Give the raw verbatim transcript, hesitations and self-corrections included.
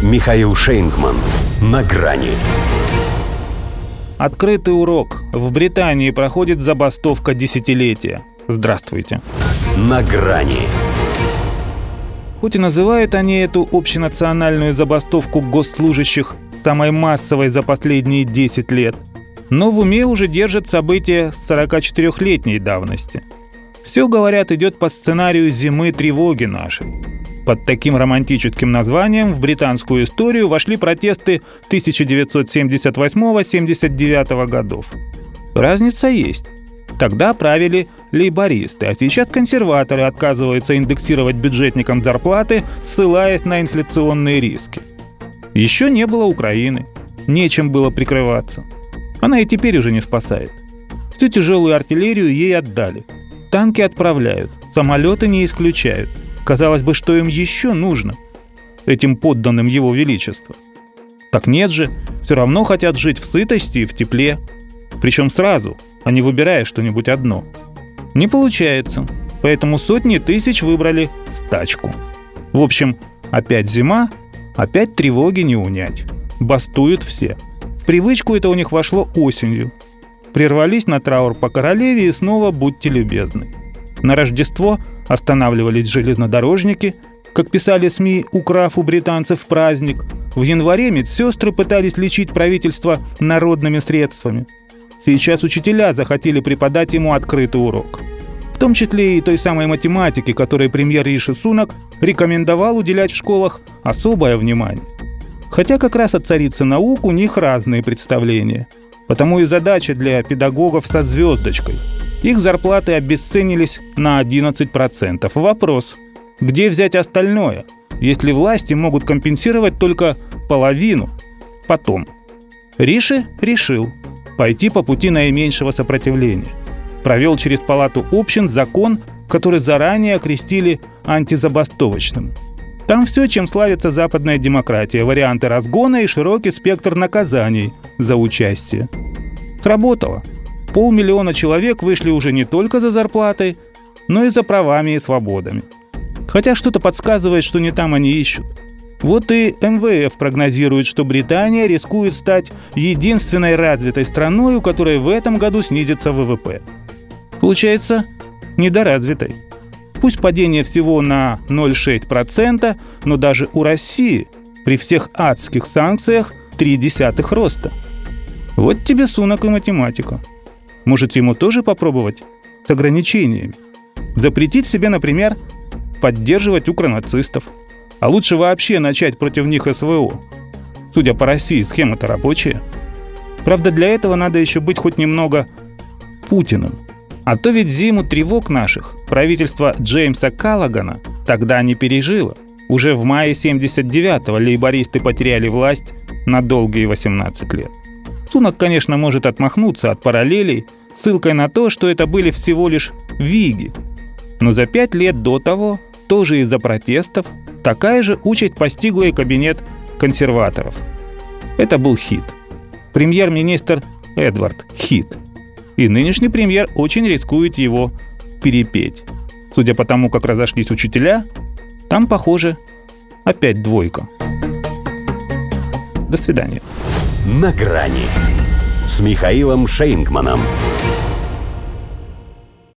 Михаил Шейнгман. На грани. Открытый урок. В Британии проходит забастовка десятилетия. Здравствуйте. На грани. Хоть и называют они эту общенациональную забастовку госслужащих самой массовой за последние десять лет, но в уме уже держат события сорокачетырёхлетней давности. Все, говорят, идет по сценарию «Зимы тревоги нашей». Под таким романтическим названием в британскую историю вошли протесты тысяча девятьсот семьдесят восьмого — семьдесят девятого годов. Разница есть. Тогда правили лейбористы, а сейчас консерваторы отказываются индексировать бюджетникам зарплаты, ссылаясь на инфляционные риски. Еще не было Украины, нечем было прикрываться. Она и теперь уже не спасает. Всю тяжелую артиллерию ей отдали. Танки отправляют, самолеты не исключают. Казалось бы, что им еще нужно, этим подданным его величества. Так нет же, все равно хотят жить в сытости и в тепле. Причем сразу, а не выбирая что-нибудь одно. Не получается, поэтому сотни тысяч выбрали стачку. В общем, опять зима, опять тревоги не унять. Бастуют все. В привычку это у них вошло осенью. Прервались на траур по королеве и снова будьте любезны. На Рождество останавливались железнодорожники, как писали СМИ, украв у британцев праздник. В январе медсестры пытались лечить правительство народными средствами. Сейчас учителя захотели преподать ему открытый урок. В том числе и той самой математики, которой премьер Риши Сунак рекомендовал уделять в школах особое внимание. Хотя как раз от царицы наук у них разные представления. Потому и задача для педагогов со звездочкой. Их зарплаты обесценились на одиннадцать процентов. Вопрос, где взять остальное, если власти могут компенсировать только половину? Потом. Риши решил пойти по пути наименьшего сопротивления. Провел через палату общин закон, который заранее окрестили антизабастовочным. Там все, чем славится западная демократия, варианты разгона и широкий спектр наказаний за участие. Сработало. Полмиллиона человек вышли уже не только за зарплатой, но и за правами и свободами. Хотя что-то подсказывает, что не там они ищут. Вот и эм вэ эф прогнозирует, что Британия рискует стать единственной развитой страной, у которой в этом году снизится вэ вэ пэ. Получается, недоразвитой. Пусть падение всего на ноль целых шесть десятых процента, но даже у России при всех адских санкциях три десятых роста. Вот тебе Сунак и математика. Может, ему тоже попробовать с ограничениями? Запретить себе, например, поддерживать укронацистов. А лучше вообще начать против них эс вэ о. Судя по России, схема-то рабочая. Правда, для этого надо еще быть хоть немного Путиным. А то ведь зиму тревог наших правительство Джеймса Каллогана тогда не пережило. Уже в мае семьдесят девятого лейбористы потеряли власть на долгие восемнадцать лет. Сунак, конечно, может отмахнуться от параллелей ссылкой на то, что это были всего лишь виги. Но за пять лет до того, тоже из-за протестов, такая же участь постигла и кабинет консерваторов. Это был хит. Премьер-министр Эдвард Хит. И нынешний премьер очень рискует его перепеть. Судя по тому, как разошлись учителя, там, похоже, опять двойка. До свидания. На грани с Михаилом Шейнгманом.